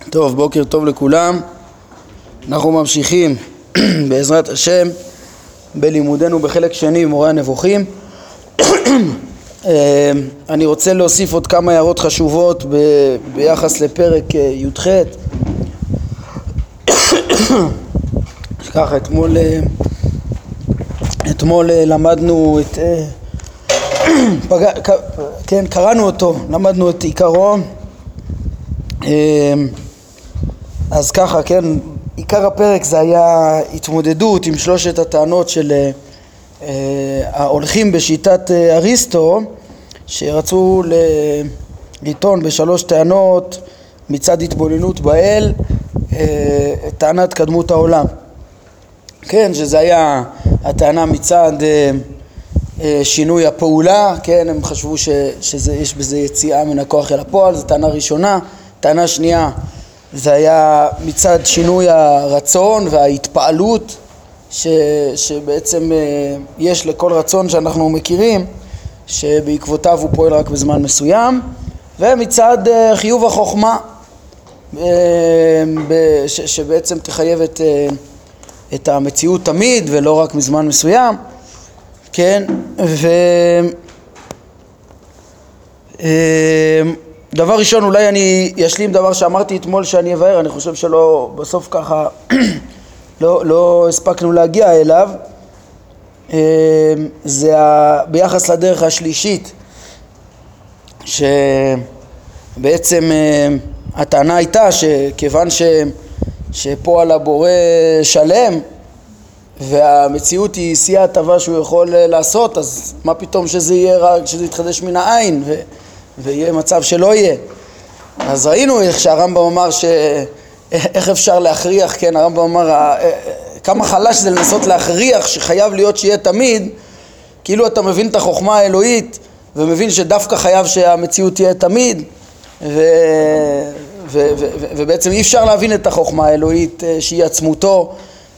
טוב, בוקר טוב לכולם. אנחנו ממשיכים בעזרת השם בלימודנו בחלק שני מורה הנבוכים. אני רוצה להוסיף עוד כמה הערות חשובות ביחס לפרק י"ח. ככה, אתמול למדנו את כן, קראנו אותו, למדנו את עיקרו. אז ככה, כן, עיקר הפרק זה היה התמודדות עם שלושת הטענות של ההולכים בשיטת אריסטו, שרצו לטעון בשלוש טענות מצד התבוננות באל, טענת קדמות העולם. כן, שזה היה הטענה מצד שינוי הפעולה, כן, הם חשבו שיש בזה יציאה מן הכוח אל הפועל, זו טענה ראשונה. טענה שנייה זה היה מצד שינוי הרצון וההתפעלות שבעצם יש לכל רצון שאנחנו מכירים, שבעקבותיו הוא פועל רק בזמן מסוים, ומצד חיוב החוכמה שבעצם תחייב את המציאות תמיד ולא רק מזמן מסוים. כן, דבר ראשון, אולי אני אשלים דבר שאמרתי אתמול שאני אבהר, אני חושב שלא, בסוף ככה לא הספקנו להגיע אליו. זה ביחס לדרך השלישית, שבעצם הטענה הייתה שכיוון שפועל הבורא שלם והמציאות היא שיא הטבה שהוא יכול לעשות, אז מה פתאום שזה יהיה רק, שזה יתחדש מן העין ויהיה מצב שלא יהיה. אז ראינו איך שהרמב"ם אמר איך אפשר להכריח, כן, הרמב"ם אמר כמה חלש זה לנסות להכריח שחייב להיות שיהיה תמיד, כאילו אתה מבין את החוכמה האלוהית ומבין שדווקא חייב שהמציאות תהיה תמיד, ובעצם אי אפשר להבין את החוכמה האלוהית שהיא עצמותו,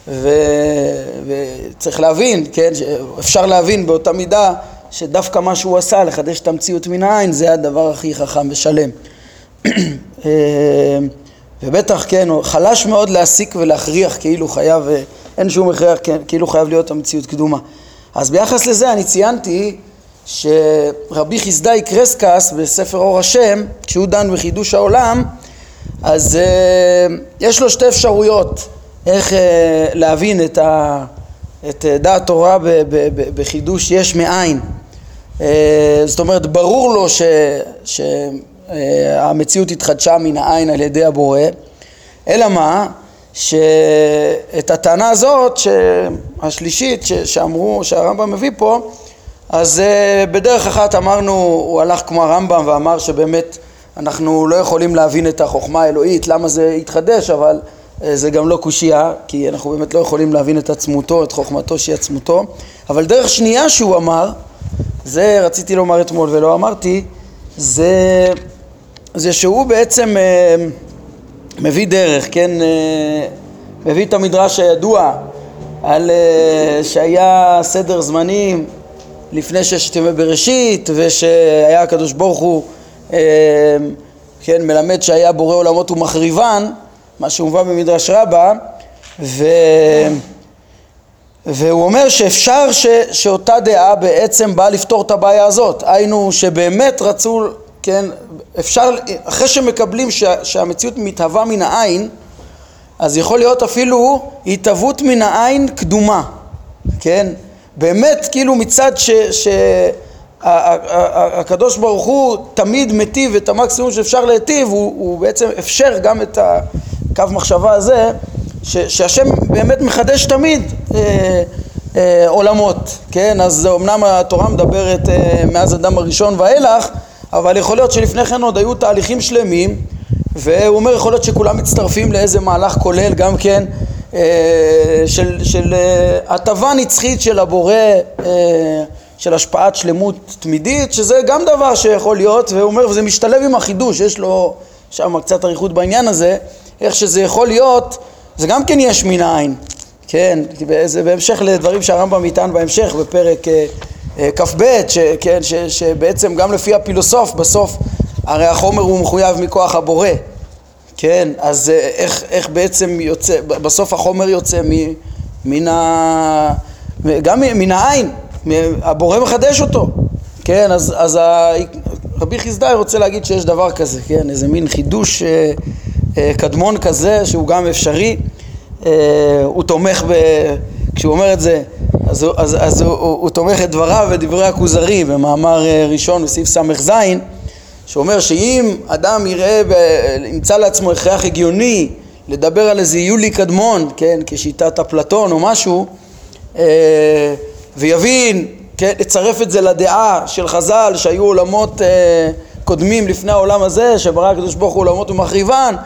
וצריך להבין, כן, אפשר להבין באותה מידה שדווקא מה שהוא עשה לחדש את המציאות מן העין זה הדבר הכי חכם ושלם. ובטח, כן, חלש מאוד להסיק ולהכריח כאילו חייב, אין שום הכרח, כן, כאילו חייב להיות המציאות קדומה. אז ביחס לזה אני ציינתי שרבי חסדאי קרסקס בספר אור השם, כשהוא דן בחידוש העולם, אז יש לו שתי אפשרויות איך להבין את דעת תורה בחידוש יש מאין. זאת אומרת, ברור לו שהמציאות התחדשה מן העין על ידי הבורא, אלא מה? שאת הטענה הזאת השלישית שאמרו, שהרמב"ם מביא פה, אז בדרך אחת אמרנו, הוא הלך כמו הרמב"ם ואמר שבאמת אנחנו לא יכולים להבין את החוכמה האלוהית, למה זה התחדש, אבל זה גם לא קושיה, כי אנחנו באמת לא יכולים להבין את עצמותו, את חוכמתו שהיא עצמותו. אבל דרך שנייה שהוא אמר, זה רציתי לומר אתמול ולא אמרתי, זה שהוא בעצם מביא דרך, כן, מביא את המדרש הידוע על שהיה סדר זמנים לפני ששת ימי בראשית, ושהיה הקדוש ברוך הוא כן, מלמד שהיה בורא עולמות ומחריבן, מה שמובא במדרש רבה, והוא אומר שאפשר שאותה דעה בעצם באה לפתור את הבעיה הזאת. היינו שבאמת רצו, כן, אפשר, אחרי שמקבלים שהמציאות מתהווה מן העין, אז יכול להיות אפילו התהוות מן העין קדומה, כן? באמת כאילו מצד הקדוש ברוך הוא תמיד מטיב את המקסימום שאפשר להטיב, הוא בעצם אפשר גם את הקו מחשבה הזה, שהשם באמת מחדש תמיד עולמות, כן? אז אמנם התורה מדברת מאז אדם הראשון ואילך, אבל יכול להיות שלפני כן עוד היו תהליכים שלמים, והוא אומר יכול להיות שכולם מצטרפים לאיזה מהלך כולל גם כן של הטבה נצחית של הבורא, של השפעת שלמות תמידית, שזה גם דבר שיכול להיות, והוא אומר וזה משתלב עם החידוש, יש לו שם קצת אריכות בעניין הזה, איך שזה יכול להיות, זה גם כן יש מן העין, כן, זה בהמשך לדברים שהרמב"ם יטען בהמשך בפרק כ"ב, כן, שבעצם גם לפי הפילוסוף בסוף הרי החומר הוא מחויב מכוח הבורא, כן, אז איך בעצם יוצא, בסוף החומר יוצא גם מן העין, הבורא מחדש אותו, כן, אז רבי חסדאי רוצה להגיד שיש דבר כזה, כן, איזה מין חידוש קדמון כזה שהוא גם אפשרי, הוא תומך כשהוא אומר את זה, אז הוא תומך את דבריו ודברי הכוזרי במאמר ראשון בסעיף ס"ז, שאומר שאם אדם ימצא לעצמו הכרח הגיוני לדבר על איזה יולי קדמון, כן, כשיטת אפלטון או משהו, ויבין, כן, לצרף את זה לדעה של חז"ל שהיו עולמות קודמים לפני העולם הזה, שברא הקדוש ברוך הוא עולמות ומחריבן,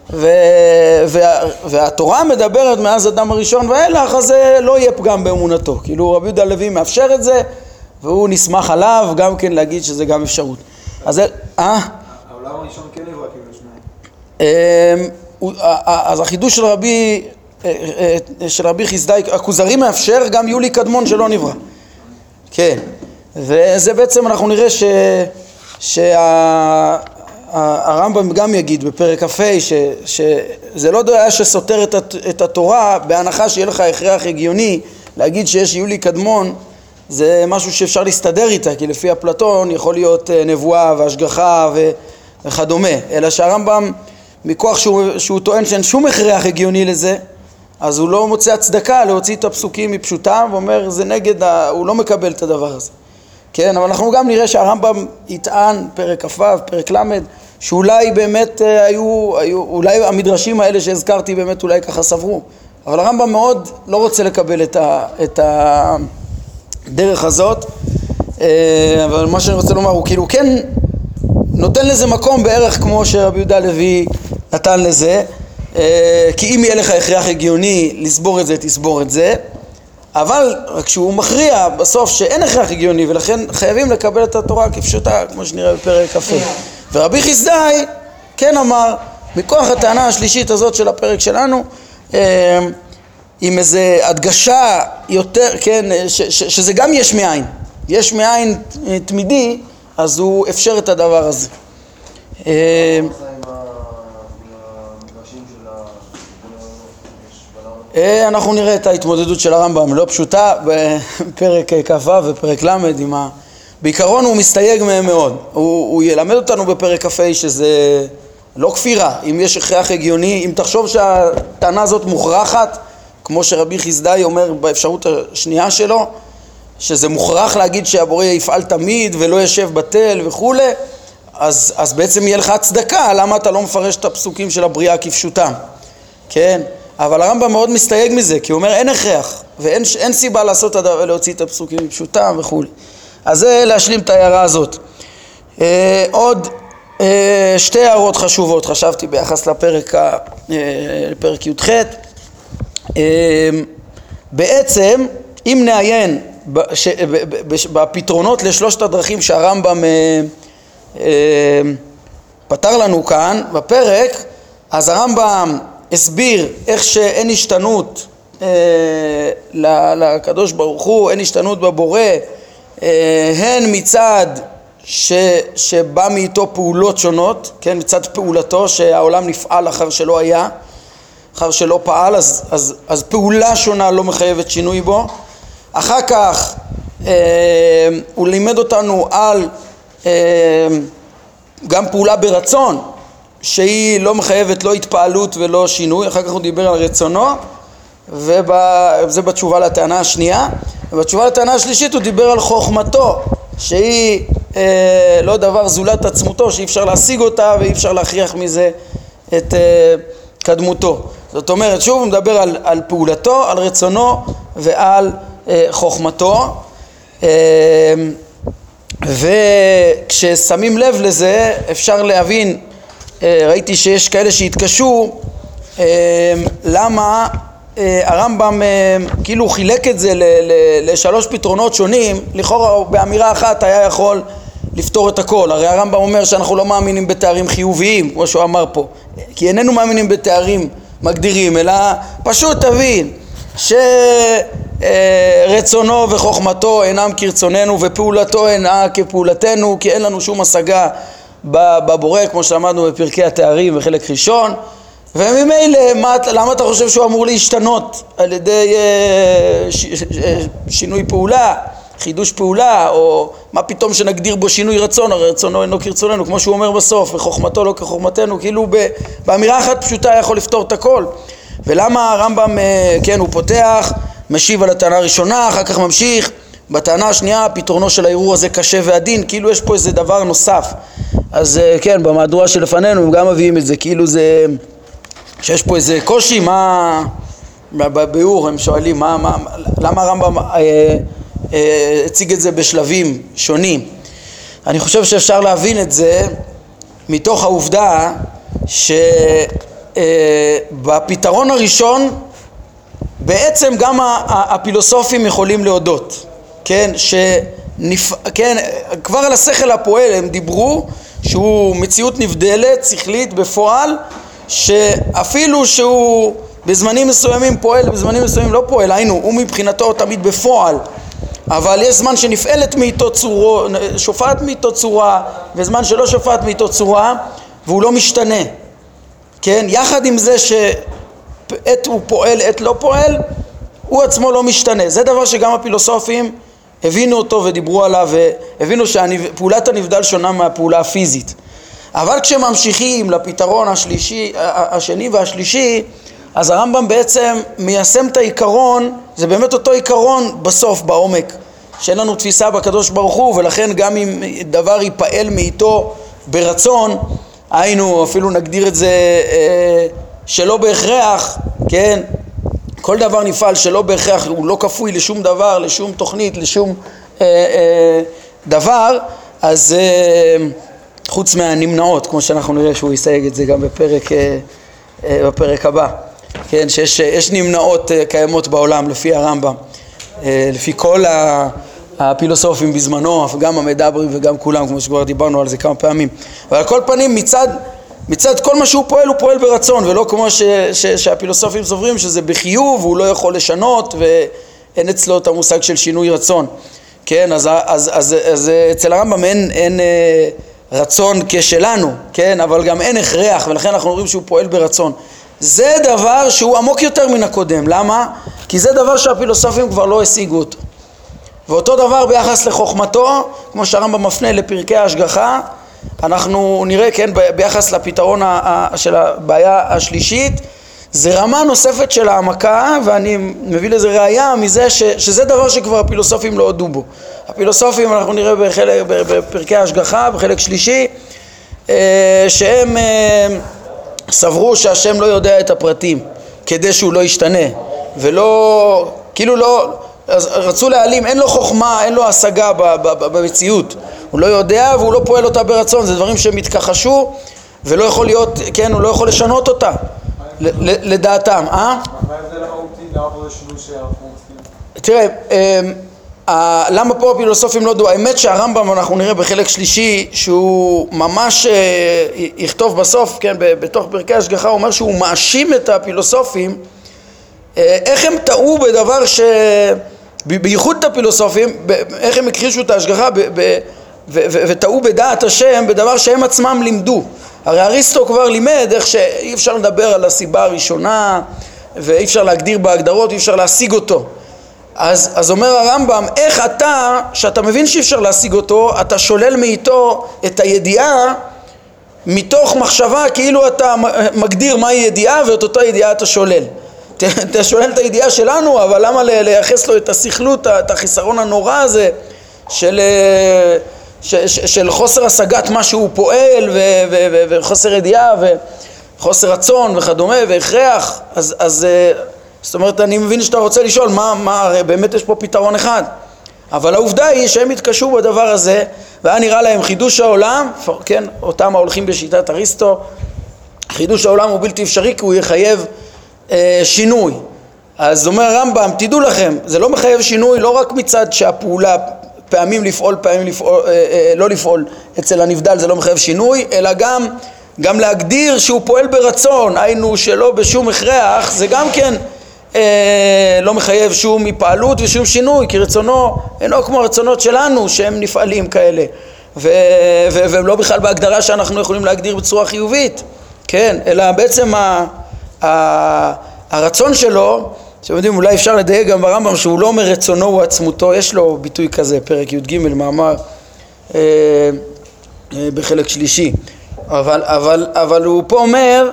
והתורה מדברת מאז אדם הראשון ואילך, אז זה לא יהיה פגם באמונתו. כאילו רבי יהודה הלוי מאפשר את זה, והוא נסמך עליו גם כן להגיד שזה גם אפשרות. אז העולם הראשון כן נברא כאילו שניים. אז החידוש של רבי חסדאי, הכוזרי מאפשר גם יולי קדמון שלא נברא. כן, וזה בעצם אנחנו נראה שהרמב"ם גם יגיד בפרק כ"ה שזה לא דעה שסותר את התורה, בהנחה שיהיה לך הכרח הגיוני להגיד שיש יולי קדמון, זה משהו שאפשר להסתדר איתה, כי לפי אפלטון יכול להיות נבואה והשגחה וכדומה, אלא שהרמב"ם מכוח שהוא טוען שאין שום הכרח הגיוני לזה, אז הוא לא מוצא הצדקה להוציא את הפסוקים מפשוטם, ואומר זה נגד, הוא לא מקבל את הדבר הזה. כן, אבל אנחנו גם נראה שהרמב"ם יטען פרק כ"ו, פרק ל', שאולי באמת אולי המדרשים האלה שהזכרתי באמת אולי ככה סברו, אבל הרמב"ם מאוד לא רוצה לקבל את הדרך הזאת, אבל מה שאני רוצה לומר הוא כאילו כן נותן לזה מקום בערך כמו שרבי יהודה הלוי נתן לזה, כי אם יהיה לך הכרח הגיוני לסבור את זה, תסבור את זה, אבל רק שהוא מכריע בסוף שאין הכרח הגיוני, ולכן חייבים לקבל את התורה כפשוטה, כמו שנראה בפרק כ"ה. ורבי חסדאי כן אמר, מכוח הטענה השלישית הזאת של הפרק שלנו, עם איזה הדגשה יותר, כן, שזה גם יש מאין, יש מאין תמידי, אז הוא אפשר את הדבר הזה. אנחנו נראה את ההתמודדות של הרמב"ם, לא פשוטה, בפרק כ"ו ופרק ל', בעיקרון הוא מסתייג מהם מאוד. הוא ילמד אותנו בפרק כ"ה שזה לא כפירה, אם יש הכרח הגיוני, אם תחשוב שהטענה הזאת מוכרחת, כמו שרבי חסדאי אומר באפשרות השנייה שלו, שזה מוכרח להגיד שהבורא יפעל תמיד ולא ישב בטל וכו', אז בעצם יהיה לך הצדקה למה אתה לא מפרש את הפסוקים של הבריאה כפשוטם, כן? אבל הרמב"ם מאוד מסתייג מזה, כי הוא אומר אין הכרח ואין סיבה לעשות להוציא את הפסוקים כפשוטם וכו'. אז זה להשלים את ההערה הזאת. עוד שתי הערות חשובות חשבתי ביחס לפרק י"ח. בעצם אם נעיין בפתרונות לשלושת הדרכים שהרמב"ם פתר לנו כאן בפרק, אז הרמב"ם הסביר איך שאין השתנות לקדוש ברוך הוא, אין השתנות בבורא, הן מצד שבא מאיתו פעולות שונות, כן, מצד פעולתו שהעולם נפעל אחר שלא היה, אחר שלא פעל, אז פעולה שונה לא מחייבת שינוי בו. אחר כך הוא לימד אותנו על גם פעולה ברצון, שהיא לא מחייבת לא התפעלות ולא שינוי. אחר כך הוא דיבר על רצונו, וזה בתשובה לטענה השנייה. ובתשובה לטענה השלישית הוא דיבר על חוכמתו, שהיא לא דבר זולת עצמותו, שאי אפשר להשיג אותה ואי אפשר להכריח מזה את קדמותו. זאת אומרת, שוב הוא מדבר על פעולתו, על רצונו ועל חוכמתו. וכששמים לב לזה אפשר להבין, ראיתי שיש כאלה שהתקשו למה הרמב"ם כאילו חילק את זה לשלוש פתרונות שונים. לכאורה באמירה אחת היה יכול לפתור את הכל. הרי הרמב"ם אומר שאנחנו לא מאמינים בתארים חיוביים, כמו שהוא אמר פה, כי איננו מאמינים בתארים מגדירים, אלא פשוט תבין שרצונו וחוכמתו אינם כרצוננו ופעולתו אינה כפעולתנו, כי אין לנו שום השגה בבורא, כמו שלמדנו בפרקי התארים בחלק ראשון, וממילא למה אתה חושב שהוא אמור להשתנות על ידי שינוי פעולה, חידוש פעולה, או מה פתאום שנגדיר בו שינוי רצון, הרי רצונו אינו כרצוננו, כמו שהוא אומר בסוף, וחוכמתו לא כחוכמתנו, כאילו באמירה אחת פשוטה יכול לפתור את הכל. ולמה הרמב"ם, כן, הוא פותח, משיב על הטענה הראשונה, אחר כך ממשיך בטענה השנייה, פתרונו של הערעור הזה קשה ועדין, כאילו יש פה איזה דבר נוסף. אז כן, במהדורה שלפנינו הם גם מביאים את זה, כאילו זה, שיש פה איזה קושי, מה, בביאור הם שואלים, למה הרמב"ם הציג את זה בשלבים שונים. אני חושב שאפשר להבין את זה מתוך העובדה שבפתרון הראשון בעצם גם הפילוסופים יכולים להודות, כן, כן, כבר על השכל הפועל הם דיברו שהוא מציאות נבדלת, שכלית, בפועל, שאפילו שהוא בזמנים מסוימים פועל, בזמנים מסוימים לא פועל, היינו, הוא מבחינתו תמיד בפועל, אבל יש זמן שנפעלת מאיתו צורה, שופעת מאיתו צורה, וזמן שלא שופעת מאיתו צורה, והוא לא משתנה, כן, יחד עם זה שעת הוא פועל, עת לא פועל, הוא עצמו לא משתנה. זה דבר שגם הפילוסופים הבינו אותו ודיברו עליו, והבינו שפעולת הנבדל שונה מהפעולה הפיזית. אבל כשממשיכים לפתרון השני והשלישי, אז הרמב"ם בעצם מיישם את העיקרון, זה באמת אותו עיקרון בסוף, בעומק, שאין לנו תפיסה בקדוש ברוך הוא, ולכן גם אם דבר ייפעל מאיתו ברצון, היינו, אפילו נגדיר את זה שלא בהכרח, כן, כל דבר נפעל שלא בהכרח, הוא לא כפוי לשום דבר, לשום תוכנית, לשום דבר, אז חוץ מהנמנעות, כמו שאנחנו נראה שהוא יסייג את זה גם בפרק הבא, כן, שיש נמנעות קיימות בעולם לפי הרמב"ם, לפי כל הפילוסופים בזמנו, גם המדברים וגם כולם, כמו שכבר דיברנו על זה כמה פעמים. אבל על כל פנים מצד כל מה שהוא פועל, הוא פועל ברצון, ולא כמו שהפילוסופים סוברים שזה בחיוב, הוא לא יכול לשנות ואין אצלו את המושג של שינוי רצון. כן, אז אצל הרמב"ם אין רצון כשלנו, כן, אבל גם אין הכרח, ולכן אנחנו אומרים שהוא פועל ברצון. זה דבר שהוא עמוק יותר מן הקודם. למה? כי זה דבר שהפילוסופים כבר לא השיגו אותו. ואותו דבר ביחס לחוכמתו, כמו שהרמב"ם מפנה לפרקי ההשגחה, אנחנו נראה, כן, ביחס לפתרון של הבעיה השלישית, זה רמה נוספת של העמקה, ואני מביא לזה ראייה מזה שזה דבר שכבר הפילוסופים לא הודו בו. הפילוסופים, אנחנו נראה בפרקי ההשגחה, בחלק שלישי, שהם סברו שהשם לא יודע את הפרטים כדי שהוא לא ישתנה, ולא, כאילו לא, אז רצו להעלים, אין לו חוכמה, אין לו השגה במציאות, הוא לא יודע והוא לא פועל אותה ברצון, זה דברים שמתכחשו ולא יכול להיות, כן, הוא לא יכול לשנות אותה לדעתם. מה ההבדל המהותי? למה פה זה שינוי שאנחנו עושים? תראה, למה פה הפילוסופים לא ידעו? האמת שהרמב"ם, אנחנו נראה בחלק שלישי, שהוא ממש יכתוב בסוף, כן, בתוך פרקי ההשגחה, הוא אומר שהוא מאשים את הפילוסופים, איך הם טעו בדבר בייחוד את הפילוסופים, איך הם הכחישו את ההשגחה וטעו בדעת השם, בדבר שהם עצמם לימדו. הרי אריסטו כבר לימד איך שאי אפשר לדבר על הסיבה הראשונה, ואי אפשר להגדיר בהגדרות, אי אפשר להשיג אותו. אז אומר הרמב"ם, איך אתה, שאתה מבין שאי אפשר להשיג אותו, אתה שולל מאיתו את הידיעה, מתוך מחשבה כאילו אתה מגדיר מהי ידיעה, ואת אותה ידיעה אתה שולל. אתה שולל את הידיעה שלנו, אבל למה לייחס לו את הסכלות, את החיסרון הנורא הזה של חוסר השגת מה שהוא פועל וחוסר ידיעה וחוסר רצון וכדומה והכרח. אז זאת אומרת, אני מבין שאתה רוצה לשאול הרי באמת יש פה פתרון אחד, אבל העובדה היא שהם התקשו בדבר הזה, והיה נראה להם חידוש העולם, כן, אותם ההולכים בשיטת אריסטו, חידוש העולם הוא בלתי אפשרי כי הוא יחייב שינוי. אז אומר הרמב"ם, תדעו לכם, זה לא מחייב שינוי לא רק מצד שהפעולה פעמים לפעול, פעמים לא לפעול, אצל הנבדל זה לא מחייב שינוי, אלא גם להגדיר שהוא פועל ברצון, היינו שלא בשום הכרח, זה גם כן לא מחייב שום מפעלות ושום שינוי, כי רצונו אינו כמו הרצונות שלנו שהם נפעלים כאלה. והם לא בכלל בהגדרה שאנחנו יכולים להגדיר בצורה חיובית, כן, אלא בעצם הרצון שלו, אתם יודעים, אולי אפשר לדייק גם ברמב"ם שהוא לא אומר רצונו הוא עצמותו, יש לו ביטוי כזה, פרק י"ג מאמר בחלק שלישי, אבל הוא פה אומר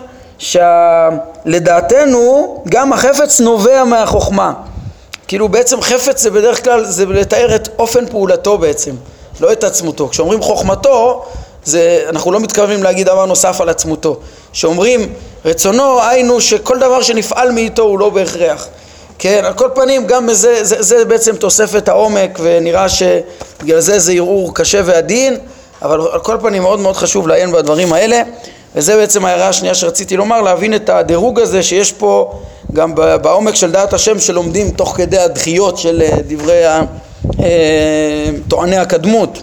שלדעתנו גם החפץ נובע מהחוכמה, כאילו בעצם חפץ זה בדרך כלל זה לתאר את אופן פעולתו בעצם, לא את עצמותו. כשאומרים חוכמתו אנחנו לא מתכוונים להגיד דבר נוסף על עצמותו. כשאומרים רצונו היינו שכל דבר שנפעל מאיתו הוא לא בהכרח, כן, על כל פנים גם זה בעצם תוספת העומק, ונראה שבגלל זה ערעור קשה ועדין, אבל על כל פנים מאוד מאוד חשוב לעיין בדברים האלה, וזה בעצם ההערה השנייה שרציתי לומר, להבין את הדירוג הזה שיש פה גם בעומק של דעת השם שלומדים תוך כדי הדחיות של דברי טועני הקדמות,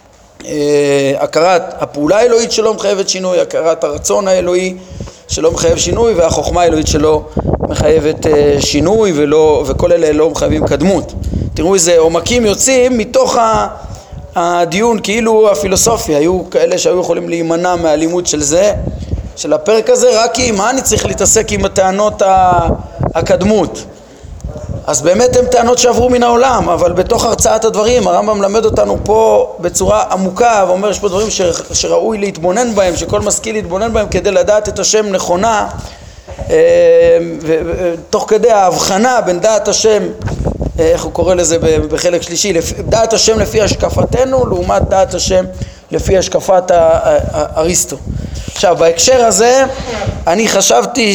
הכרת הפעולה האלוהית שלא מחייבת שינוי, הכרת הרצון האלוהי שלא מחייב שינוי, והחוכמה האלוהית שלא מחייבת שינוי, וכל אלה לא מחייבים קדמות. תראו איזה עומקים יוצאים מתוך הדיון, כאילו הפילוסופיה, היו כאלה שהיו יכולים להימנע מהלימוד של זה, של הפרק הזה, רק כי מה אני צריך להתעסק עם הטענות הקדמות? אז באמת הם טענות שעברו מן העולם, אבל בתוך הרצאת הדברים הרמב"ם מלמד אותנו פה בצורה עמוקה, ואומר יש פה דברים שראוי להתבונן בהם, שכל משכיל להתבונן בהם כדי לדעת את השם נכונה, ותוך כדי ההבחנה בין דעת השם, איך הוא קורא לזה בחלק שלישי, דעת השם לפי השקפתנו לעומת דעת השם לפי השקפת אריסטו. עכשיו בהקשר הזה אני חשבתי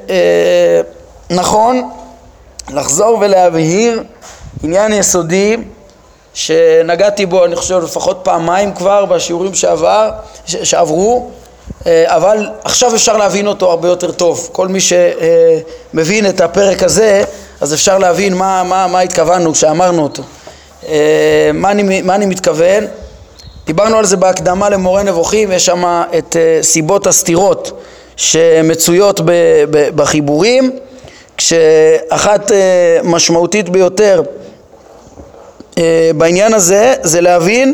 שנכון לחזור ולהבהיר עניין יסודי שנגעתי בו אני חושב לפחות פעמיים כבר בשיעורים שעברו, אבל עכשיו אפשר להבין אותו הרבה יותר טוב. כל מי שמבין את הפרק הזה אז אפשר להבין מה התכוונו כשאמרנו אותו. מה אני מתכוון? דיברנו על זה בהקדמה למורה נבוכים, יש שם את סיבות הסתירות שמצויות בחיבורים, כשאחת משמעותית ביותר בעניין הזה זה להבין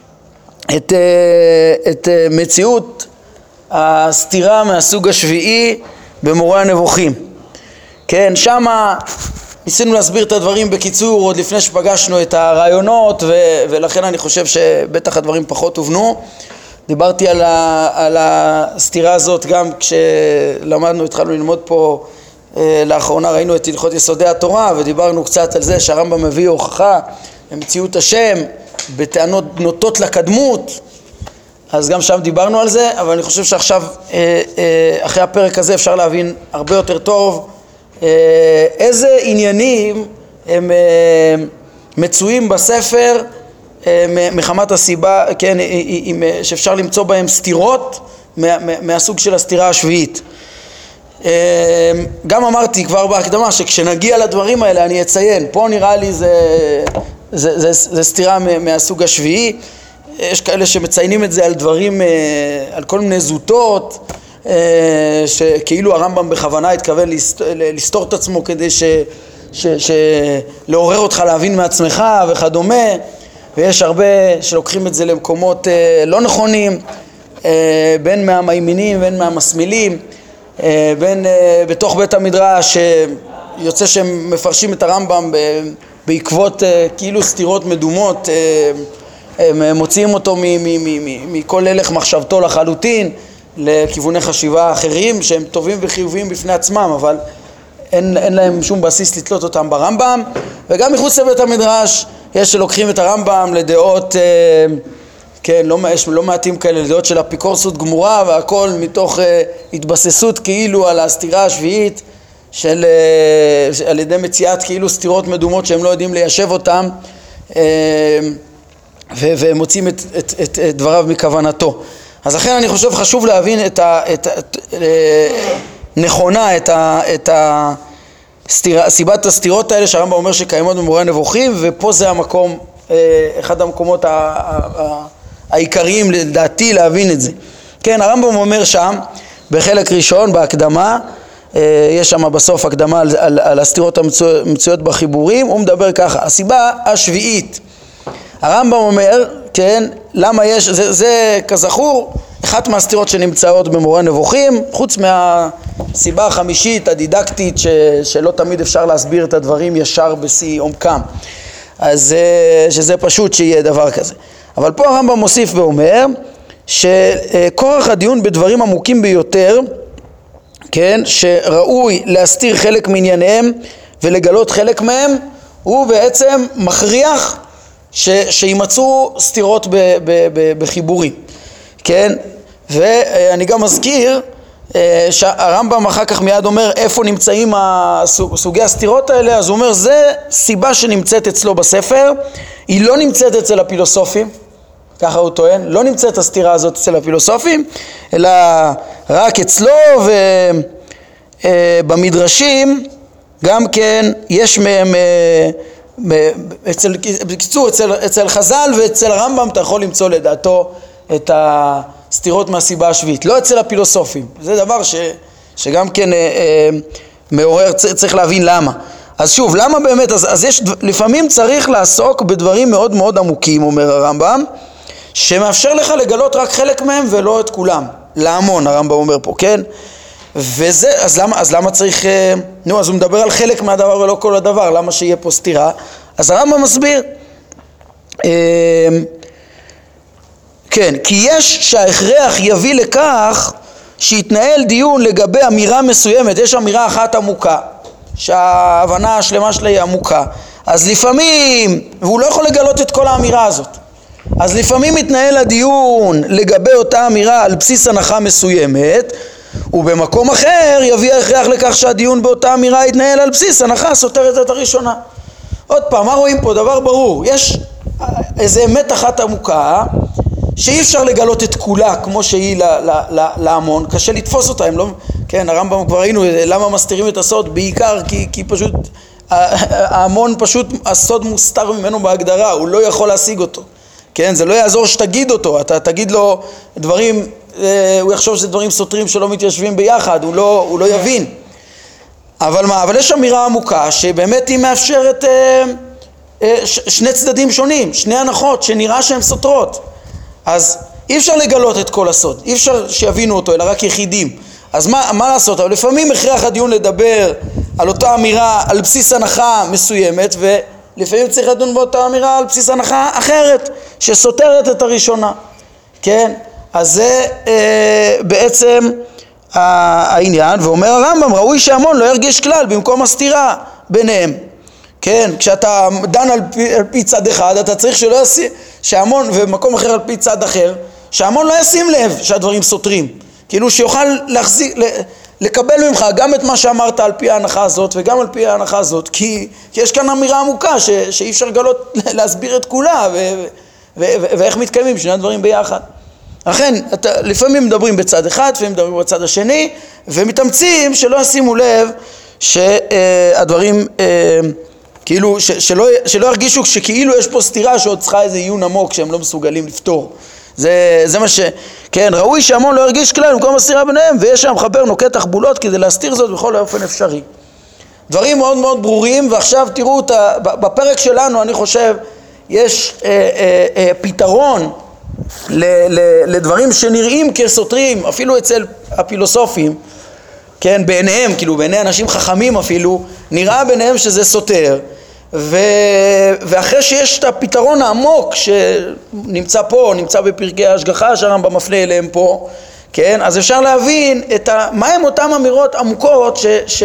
את מציאות הסתירה מהסוג השביעי במורה הנבוכים. כן, שמה ניסינו להסביר את הדברים בקיצור עוד לפני שפגשנו את הרעיונות, ולכן אני חושב שבטח הדברים פחות הובנו. דיברתי על הסתירה הזאת גם כשלמדנו, התחלנו ללמוד פה לאחרונה, ראינו את הלכות יסודי התורה ודיברנו קצת על זה שהרמב"ם מביא הוכחה למציאות השם בטענות נוטות לקדמות, אז גם שם דיברנו על זה, אבל אני חושב שעכשיו אחרי הפרק הזה אפשר להבין הרבה יותר טוב איזה עניינים הם מצויים בספר מחמת הסיבה, כן, שאפשר למצוא בהם סתירות מהסוג של הסתירה השביעית. גם אמרתי כבר בהקדמה שכשנגיע לדברים האלה אני אציין, פה נראה לי זה סתירה מהסוג השביעי. יש כאלה שמציינים את זה על דברים, על כל מיני זוטות, שכאילו הרמב"ם בכוונה התכוון לסתור את עצמו כדי לעורר אותך להבין מעצמך וכדומה, ויש הרבה שלוקחים את זה למקומות לא נכונים, בין מהמימינים ובין מהמשמילים, בין בתוך בית המדרש שיוצא שהם מפרשים את הרמב"ם בעקבות כאילו סתירות מדומות, הם מוציאים אותו מכל הלך מחשבתו לחלוטין לכיווני חשיבה אחרים שהם טובים וחיוביים בפני עצמם, אבל אין להם שום בסיס לתלות אותם ברמב"ם. וגם מחוץ לבית המדרש יש שלוקחים את הרמב"ם לדעות, כן, יש לא מעטים כאלה, לדעות של אפיקורסות גמורה, והכל מתוך התבססות כאילו על הסתירה השביעית על ידי מציאת כאילו סתירות מדומות שהם לא יודעים ליישב אותם, ומוצאים את דבריו מכוונתו. אז לכן אני חושב חשוב להבין נכונה את סיבת הסתירות האלה שהרמב"ם אומר שקיימות במורה הנבוכים, ופה זה המקום, אחד המקומות העיקריים לדעתי להבין את זה. כן, הרמב"ם אומר שם בחלק ראשון בהקדמה, יש שם בסוף הקדמה על הסתירות המצויות בחיבורים, הוא מדבר ככה: הסיבה השביעית, הרמב"ם אומר, כן, למה יש, זה כזכור, אחת מהסתירות שנמצאות במורה נבוכים, חוץ מהסיבה החמישית הדידקטית שלא תמיד אפשר להסביר את הדברים ישר בשיא עומקם, אז שזה פשוט שיהיה דבר כזה. אבל פה הרמב"ם מוסיף ואומר שכורח הדיון בדברים עמוקים ביותר, כן, שראוי להסתיר חלק מענייניהם ולגלות חלק מהם, הוא בעצם מכריח שימצאו סתירות בחיבורים, כן? ואני גם מזכיר שהרמב"ם אחר כך מיד אומר איפה נמצאים סוגי הסתירות האלה, אז הוא אומר זה סיבה שנמצאת אצלו בספר, היא לא נמצאת אצל הפילוסופים, ככה הוא טוען, לא נמצאת הסתירה הזאת אצל הפילוסופים, אלא רק אצלו, ובמדרשים גם כן יש מהם, בקיצור אצל חז"ל ואצל הרמב"ם אתה יכול למצוא לדעתו את הסתירות מהסיבה השביעית, לא אצל הפילוסופים. זה דבר שגם כן מעורר, צריך להבין למה. אז שוב, למה באמת? אז יש, לפעמים צריך לעסוק בדברים מאוד מאוד עמוקים, אומר הרמב"ם, שמאפשר לך לגלות רק חלק מהם ולא את כולם. להמון, הרמב"ם אומר פה, כן? וזה, אז למה צריך, אז הוא מדבר על חלק מהדבר ולא כל הדבר, למה שיהיה פה סתירה? אז הרמב"ם מסביר, כן, כי יש שההכרח יביא לכך שיתנהל דיון לגבי אמירה מסוימת, יש אמירה אחת עמוקה, שההבנה השלמה שלה היא עמוקה, אז לפעמים, והוא לא יכול לגלות את כל האמירה הזאת, אז לפעמים מתנהל הדיון לגבי אותה אמירה על בסיס הנחה מסוימת, ובמקום אחר יביא הכרח לכך שהדיון באותה אמירה יתנהל על בסיס הנחה סותרת את הראשונה. עוד פעם, מה רואים פה? דבר ברור, יש איזה אמת אחת עמוקה שאי אפשר לגלות את כולה כמו שהיא להמון, קשה לתפוס אותה, הם לא, כן, הרמב"ם כבר ראינו למה מסתירים את הסוד, בעיקר כי פשוט ההמון פשוט הסוד מוסתר ממנו בהגדרה, הוא לא יכול להשיג אותו, כן, זה לא יעזור שתגיד אותו, אתה תגיד לו דברים, הוא יחשוב שזה דברים סותרים שלא מתיישבים ביחד, הוא לא יבין. אבל מה? אבל יש אמירה עמוקה שבאמת היא מאפשרת שני צדדים שונים, שני הנחות שנראה שהן סותרות. אז אי אפשר לגלות את כל הסוד, אי אפשר שיבינו אותו, אלא רק יחידים. אז מה לעשות? אבל לפעמים הכרח הדיון לדבר על אותה אמירה על בסיס הנחה מסוימת, ולפעמים צריך לדון באותה אמירה על בסיס הנחה אחרת שסותרת את הראשונה. כן? אז זה בעצם העניין, ואומר הרמב"ם, ראוי שהמון לא ירגיש כלל במקום הסתירה ביניהם. כן, כשאתה דן על פי צד אחד, אתה צריך שהמון, ומקום אחר על פי צד אחר, שהמון לא ישים לב שהדברים סותרים. כאילו שיוכל לקבל ממך גם את מה שאמרת על פי ההנחה הזאת, וגם על פי ההנחה הזאת, כי יש כאן אמירה עמוקה שאי אפשר לגלות, להסביר את כולה, ואיך מתקיימים שני הדברים ביחד. לכן, לפעמים מדברים בצד אחד, לפעמים מדברים בצד השני, ומתאמצים שלא ישימו לב שהדברים, כאילו, שלא ירגישו שכאילו יש פה סתירה שעוד צריכה איזה עיון עמוק שהם לא מסוגלים לפתור. זה מה כן, ראוי שהמון לא ירגיש כלל במקום הסתירה ביניהם, ויש שם חבר נוקט תחבולות כדי להסתיר זאת בכל אופן אפשרי. דברים מאוד מאוד ברורים, ועכשיו תראו בפרק שלנו, אני חושב, יש פתרון לדברים שנראים כסותרים, אפילו אצל הפילוסופים, כן, בעיניהם, כאילו בעיני אנשים חכמים אפילו, נראה ביניהם שזה סותר, ואחרי שיש את הפתרון העמוק שנמצא פה, נמצא בפרקי ההשגחה שהרמב"ם מפנה אליהם פה, כן, אז אפשר להבין מהם אותם אמירות עמוקות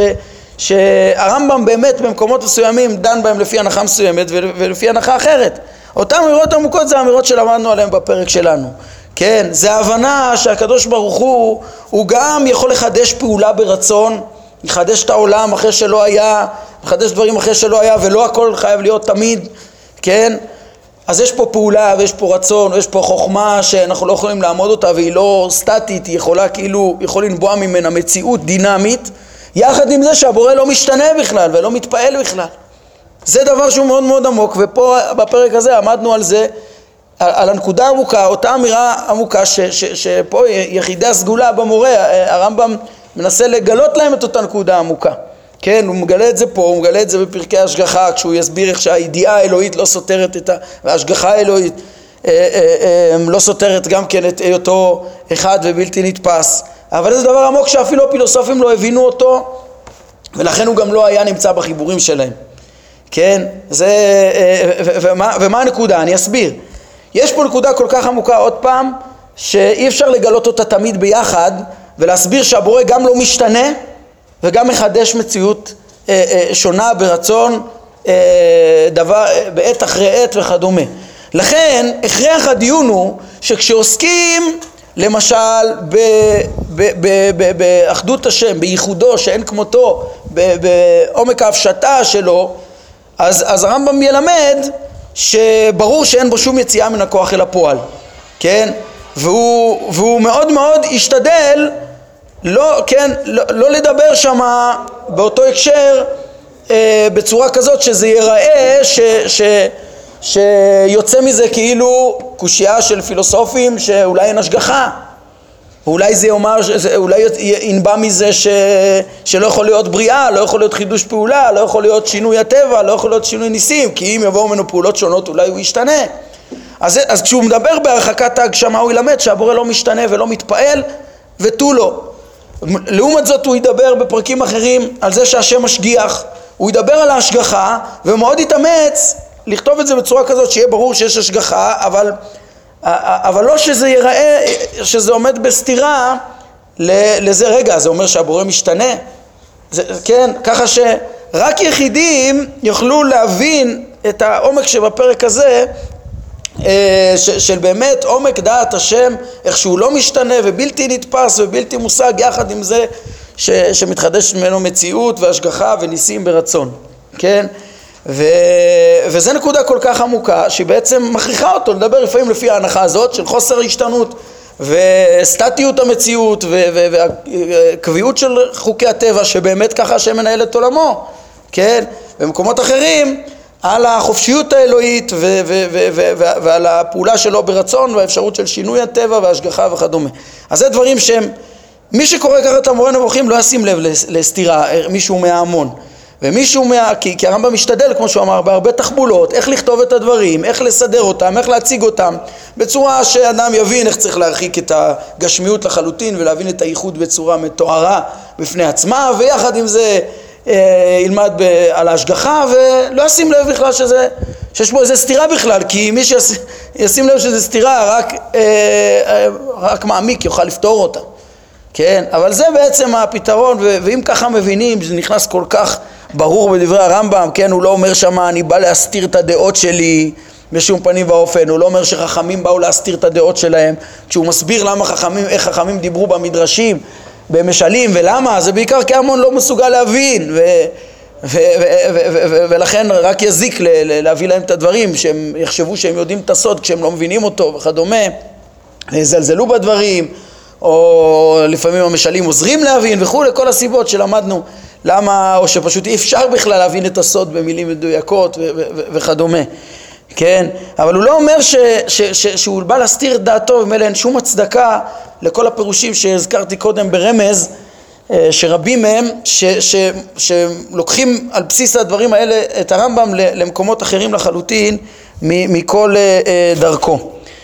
שהרמב"ם באמת במקומות מסוימים דן בהם לפי הנחה מסוימת ולפי הנחה אחרת. אותם אמירות עמוקות זה האמירות שלמדנו עליהן בפרק שלנו. כן, זה ההבנה שהקדוש ברוך הוא גם יכול לחדש פעולה ברצון, לחדש את העולם אחרי שלא היה, לחדש דברים אחרי שלא היה, ולא הכל חייב להיות תמיד, כן? אז יש פה פעולה ויש פה רצון ויש פה חוכמה שאנחנו לא יכולים לעמוד אותה והיא לא סטטית, היא יכולה כאילו, יכול לנבוע ממנה מציאות דינמית, יחד עם זה שהבורא לא משתנה בכלל ולא מתפעל בכלל. זה דבר שהוא מאוד מאוד עמוק, ופה בפרק הזה עמדנו על זה, על הנקודה העמוקה, אותה אמירה עמוקה שפה יחידי הסגולה במורה, הרמב"ם מנסה לגלות להם את אותה נקודה עמוקה. כן, הוא מגלה את זה פה, הוא מגלה את זה בפרקי ההשגחה, כשהוא יסביר איך שהידיעה האלוהית לא סותרת את ההשגחה האלוהית, לא סותרת גם כן את היותו אחד ובלתי נתפס, אבל זה דבר עמוק שאפילו הפילוסופים לא הבינו אותו, ולכן הוא גם לא היה נמצא בחיבורים שלהם. כן, זה, ומה הנקודה? אני אסביר. יש פה נקודה כל כך עמוקה עוד פעם, שאי אפשר לגלות אותה תמיד ביחד, ולהסביר שהבורא גם לא משתנה, וגם מחדש מציאות שונה ברצון, דבר, בעת אחרי עת וכדומה. לכן, הכרח הדיון הוא שכשעוסקים למשל באחדות השם, בייחודו שאין כמותו, בעומק ההפשטה שלו, אז הרמב"ם ילמד שברור שאין בו שום יציאה מן הכוח אל הפועל, כן? והוא מאוד מאוד ישתדל לא לדבר שמה באותו הקשר בצורה כזאת שזה ייראה שיוצא מזה כאילו קושייה של פילוסופים שאולי אין השגחה, אולי זה יאמר, אולי ינבע מזה שלא יכול להיות בריאה, לא יכול להיות חידוש פעולה, לא יכול להיות שינוי הטבע, לא יכול להיות שינוי ניסים, כי אם יבואו ממנו פעולות שונות אולי הוא ישתנה. אז כשהוא מדבר בהרחקת ההגשמה הוא ילמד שהבורא לא משתנה ולא מתפעל ותו לא. לעומת זאת הוא ידבר בפרקים אחרים על זה שהשם משגיח, הוא ידבר על ההשגחה ומאוד יתאמץ לכתוב את זה בצורה כזאת שיהיה ברור שיש השגחה, אבל לא שזה ייראה, שזה עומד בסתירה לזה. רגע, זה אומר שהבורא משתנה? כן, ככה שרק יחידים יוכלו להבין את העומק שבפרק הזה, של באמת עומק דעת השם, איך שהוא לא משתנה ובלתי נתפס ובלתי מושג, יחד עם זה שמתחדש ממנו מציאות והשגחה וניסים ברצון, כן? וזה נקודה כל כך עמוקה שהיא בעצם מכריחה אותו לדבר לפעמים לפי ההנחה הזאת של חוסר השתנות וסטטיות המציאות והקביעות של חוקי הטבע, שבאמת ככה השם מנהל את עולמו, כן? במקומות אחרים על החופשיות האלוהית ועל הפעולה שלו ברצון והאפשרות של שינוי הטבע וההשגחה וכדומה. אז זה דברים שהם, מי שקורא ככה את המורה נבוכים לא ישים לב לסתירה, מישהו מההמון ומישהו כי הרמב"ם משתדל, כמו שהוא אמר, בהרבה תחבולות, איך לכתוב את הדברים, איך לסדר אותם, איך להציג אותם, בצורה שאדם יבין איך צריך להרחיק את הגשמיות לחלוטין ולהבין את הייחוד בצורה מתוארה בפני עצמה, ויחד עם זה ילמד על ההשגחה ולא ישים לב בכלל שיש בו איזה סתירה בכלל, כי מי שישים לב שזה סתירה רק מעמיק יוכל לפתור אותה, כן? אבל זה בעצם הפתרון, ואם ככה מבינים, זה נכנס כל כך ברור בדברי הרמב"ם, כן? הוא לא אומר שמה אני בא להסתיר את הדעות שלי בשום פנים ואופן, הוא לא אומר שחכמים באו להסתיר את הדעות שלהם, כשהוא מסביר איך חכמים דיברו במדרשים במשלים ולמה, זה בעיקר כי המון לא מסוגל להבין ולכן רק יזיק להביא להם את הדברים, שהם יחשבו שהם יודעים את הסוד כשהם לא מבינים אותו וכדומה, זלזלו בדברים, או לפעמים המשלים עוזרים להבין וכו', לכל הסיבות שלמדנו למה, או שפשוט אי אפשר בכלל להבין את הסוד במילים מדויקות וכדומה, כן? אבל הוא לא אומר שהוא בא להסתיר את דעתו, ומאלה אין שום הצדקה לכל הפירושים שהזכרתי קודם ברמז, שרבים מהם שלוקחים על בסיס הדברים האלה את הרמב"ם למקומות אחרים לחלוטין מכל דרכו.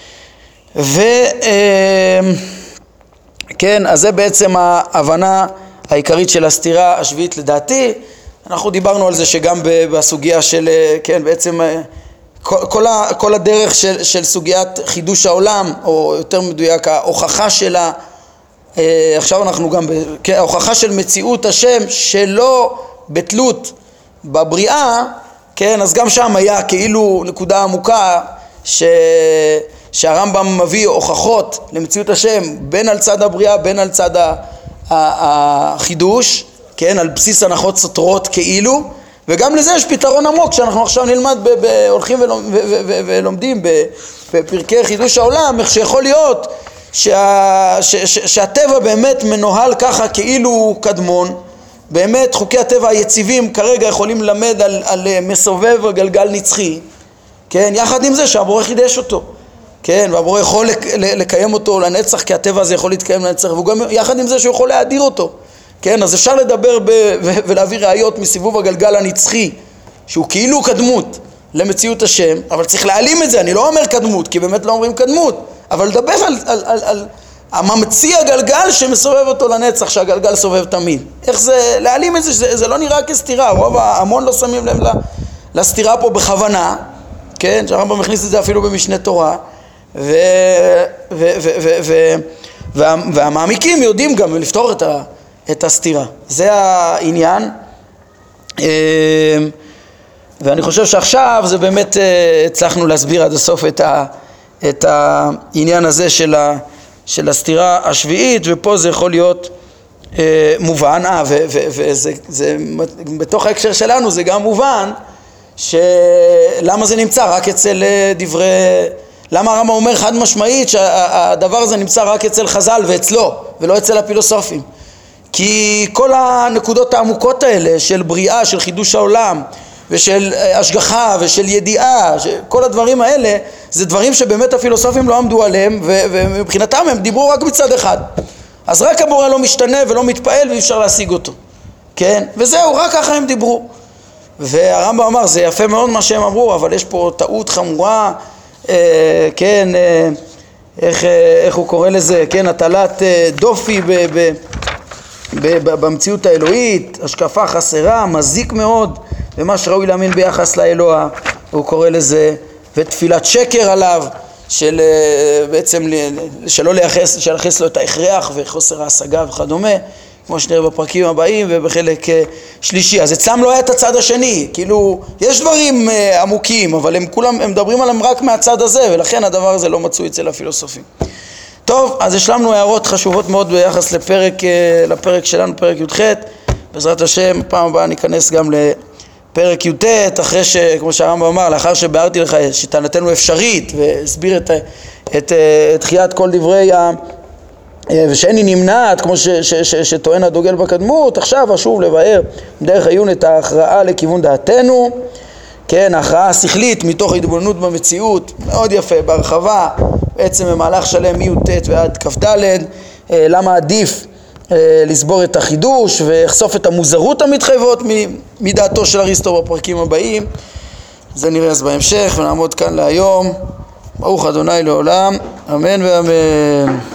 כן, אז זה בעצם ההבנה העיקרית של הסתירה השביעית לדעתי. אנחנו דיברנו על זה שגם בסוגיה של, כן, בעצם כל הדרך של סוגיית חידוש העולם, או יותר מדויק ההוכחה שלה, עכשיו אנחנו גם, כן, ההוכחה של מציאות השם שלא בתלות בבריאה, כן, אז גם שם היה כאילו נקודה עמוקה שהרמב"ם מביא הוכחות למציאות השם בין על צד הבריאה בין על צד החידוש, כן, על בסיס הנחות סותרות כאילו, וגם לזה יש פתרון עמוק שאנחנו עכשיו נלמד הולכים ולומדים בפרקי חידוש העולם, איך שיכול להיות שהטבע באמת מנוהל ככה כאילו קדמון, באמת חוקי הטבע היציבים כרגע יכולים ללמד על מסובב וגלגל נצחי, כן, יחד עם זה שהבורא חידש אותו, כן, והבורא יכול לקיים אותו לנצח, כי הטבע הזה יכול להתקיים לנצח, וגם יחד עם זה שהוא יכול להאדיר אותו, כן, אז אפשר לדבר ולהביא ראיות מסיבוב הגלגל הנצחי, שהוא כאילו קדמות, למציאות השם, אבל צריך להעלים את זה, אני לא אומר קדמות, כי באמת לא אומרים קדמות, אבל לדבר על הממציא הגלגל שמסובב אותו לנצח, שהגלגל סובב תמיד. איך זה, להעלים את זה, זה לא נראה כסתירה, המון לא שמים לב לסתירה פה בכוונה, כן, שהרמב"ם מכניס את זה אפילו במשנה תורה, והמעמיקים יודעים גם לפתור את הסתירה. זה העניין, ואני חושב שעכשיו זה באמת הצלחנו להסביר עד הסוף את העניין הזה של הסתירה השביעית, ופה זה יכול להיות מובן, וזה בתוך ההקשר שלנו זה גם מובן, שלמה זה נמצא רק אצל דברי, למה הרמב"ם אומר חד משמעית שהדבר הזה נמצא רק אצל חז"ל ואצלו, ולא אצל הפילוסופים. כי כל הנקודות העמוקות האלה של בריאה, של חידוש העולם, ושל השגחה ושל ידיעה, כל הדברים האלה זה דברים שבאמת הפילוסופים לא עמדו עליהם, ומבחינתם הם דיברו רק מצד אחד. אז רק הבורא לא משתנה ולא מתפעל ואי אפשר להשיג אותו, כן? וזהו, רק ככה הם דיברו. והרמב"ם אמר, זה יפה מאוד מה שהם אמרו, אבל יש פה טעות חמורה, כן, איך הוא קורא לזה, כן, הטלת דופי במציאות האלוהית, השקפה חסרה, מזיק מאוד, ומה שראוי להאמין ביחס לאלוה, הוא קורא לזה, ותפילת שקר עליו, של בעצם שלא לייחס לו את ההכרח וחוסר ההשגה וכדומה, כמו שנראה בפרקים הבאים ובחלק שלישי. אז אצלם לא היה את הצד השני, כאילו יש דברים עמוקים, אבל הם מדברים עליהם רק מהצד הזה, ולכן הדבר הזה לא מצוי אצל הפילוסופים. טוב, אז השלמנו הערות חשובות מאוד ביחס לפרק שלנו, פרק י"ח. בעזרת השם, פעם הבאה ניכנס גם לפרק י"ט, אחרי כמו שהרמב"ם אמר, לאחר שבארתי לך שטענתנו אפשרית, והסביר את תחיית כל דברי ושאין היא נמנעת, כמו שטוען הדוגל בקדמות, עכשיו אשוב לבאר דרך עיון את ההכרעה לכיוון דעתנו, כן, ההכרעה השכלית מתוך התבוננות במציאות, מאוד יפה, בהרחבה, בעצם במהלך שלם מי"ט ועד כ"ד, למה עדיף לסבור את החידוש ויחשוף את המוזרות המתחייבות מדעתו של אריסטו בפרקים הבאים. זה נראה אז בהמשך, ונעמוד כאן להיום. ברוך ה' לעולם, אמן ואמן.